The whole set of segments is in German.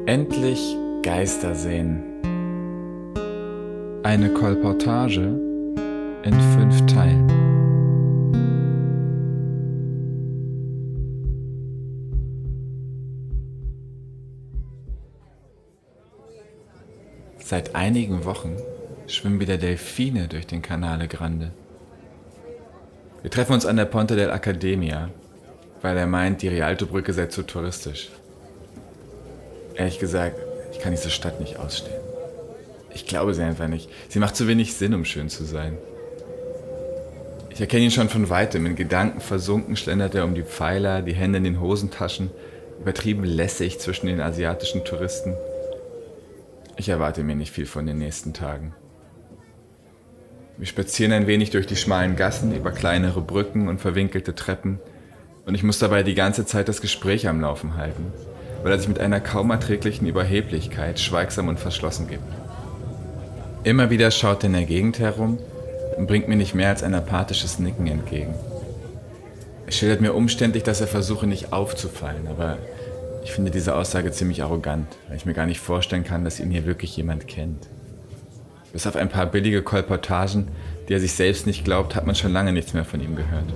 Endlich Geister sehen. Eine Kolportage in 5 Teilen. Seit einigen Wochen schwimmen wieder Delfine durch den Canale Grande. Wir treffen uns an der Ponte dell'Accademia, weil er meint, die Rialtobrücke sei zu touristisch. Ehrlich gesagt, ich kann diese Stadt nicht ausstehen. Ich glaube sie einfach nicht. Sie macht zu wenig Sinn, um schön zu sein. Ich erkenne ihn schon von weitem. In Gedanken versunken schlendert er um die Pfeiler, die Hände in den Hosentaschen, übertrieben lässig zwischen den asiatischen Touristen. Ich erwarte mir nicht viel von den nächsten Tagen. Wir spazieren ein wenig durch die schmalen Gassen, über kleinere Brücken und verwinkelte Treppen, und ich muss dabei die ganze Zeit das Gespräch am Laufen halten, weil er sich mit einer kaum erträglichen Überheblichkeit schweigsam und verschlossen gibt. Immer wieder schaut er in der Gegend herum und bringt mir nicht mehr als ein apathisches Nicken entgegen. Er schildert mir umständlich, dass er versuche, nicht aufzufallen, aber ich finde diese Aussage ziemlich arrogant, weil ich mir gar nicht vorstellen kann, dass ihn hier wirklich jemand kennt. Bis auf ein paar billige Kolportagen, die er sich selbst nicht glaubt, hat man schon lange nichts mehr von ihm gehört.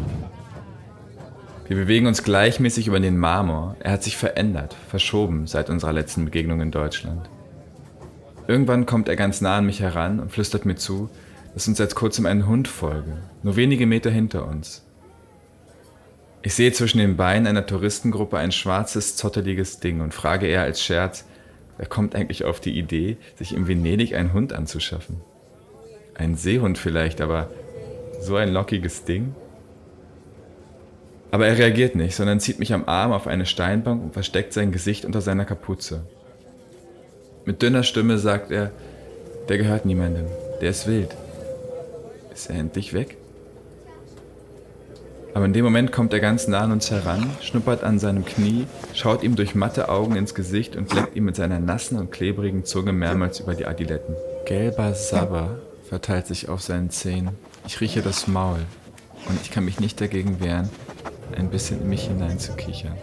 Wir bewegen uns gleichmäßig über den Marmor. Er hat sich verändert, verschoben seit unserer letzten Begegnung in Deutschland. Irgendwann kommt er ganz nah an mich heran und flüstert mir zu, dass uns seit kurzem ein Hund folge, nur wenige Meter hinter uns. Ich sehe zwischen den Beinen einer Touristengruppe ein schwarzes, zotteliges Ding und frage eher als Scherz, wer kommt eigentlich auf die Idee, sich in Venedig einen Hund anzuschaffen? Ein Seehund vielleicht, aber so ein lockiges Ding? Aber er reagiert nicht, sondern zieht mich am Arm auf eine Steinbank und versteckt sein Gesicht unter seiner Kapuze. Mit dünner Stimme sagt er, der gehört niemandem, der ist wild. Ist er endlich weg? Aber in dem Moment kommt er ganz nah an uns heran, schnuppert an seinem Knie, schaut ihm durch matte Augen ins Gesicht und leckt ihm mit seiner nassen und klebrigen Zunge mehrmals über die Adiletten. Gelber Sabber verteilt sich auf seinen Zähnen. Ich rieche das Maul und ich kann mich nicht dagegen wehren, ein bisschen in mich hineinzukichern.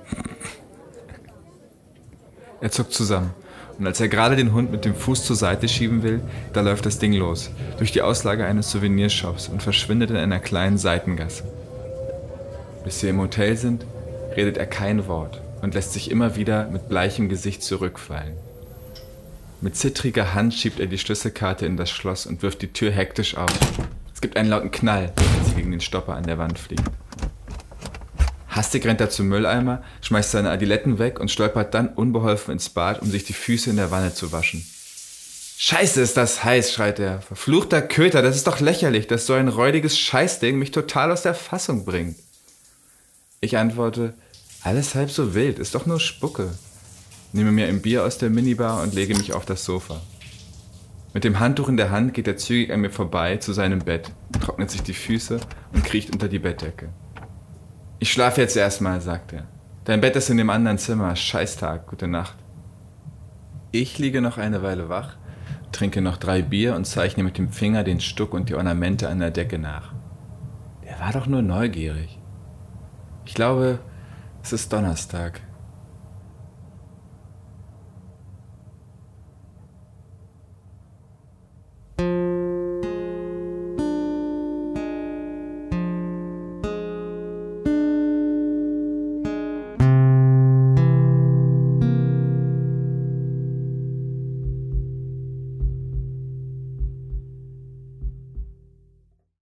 Er zuckt zusammen. Und als er gerade den Hund mit dem Fuß zur Seite schieben will, da läuft das Ding los, durch die Auslage eines Souvenirshops und verschwindet in einer kleinen Seitengasse. Bis wir im Hotel sind, redet er kein Wort und lässt sich immer wieder mit bleichem Gesicht zurückfallen. Mit zittriger Hand schiebt er die Schlüsselkarte in das Schloss und wirft die Tür hektisch auf. Es gibt einen lauten Knall, als sie gegen den Stopper an der Wand fliegt. Hastig rennt er zum Mülleimer, schmeißt seine Adiletten weg und stolpert dann unbeholfen ins Bad, um sich die Füße in der Wanne zu waschen. »Scheiße, ist das heiß«, schreit er. »Verfluchter Köter, das ist doch lächerlich, dass so ein räudiges Scheißding mich total aus der Fassung bringt.« Ich antworte, alles halb so wild, ist doch nur Spucke. Nehme mir ein Bier aus der Minibar und lege mich auf das Sofa. Mit dem Handtuch in der Hand geht er zügig an mir vorbei zu seinem Bett, trocknet sich die Füße und kriecht unter die Bettdecke. »Ich schlafe jetzt erstmal«, sagt er. »Dein Bett ist in dem anderen Zimmer. Scheißtag, gute Nacht.« Ich liege noch eine Weile wach, trinke noch 3 Bier und zeichne mit dem Finger den Stuck und die Ornamente an der Decke nach. Der war doch nur neugierig. Ich glaube, es ist Donnerstag.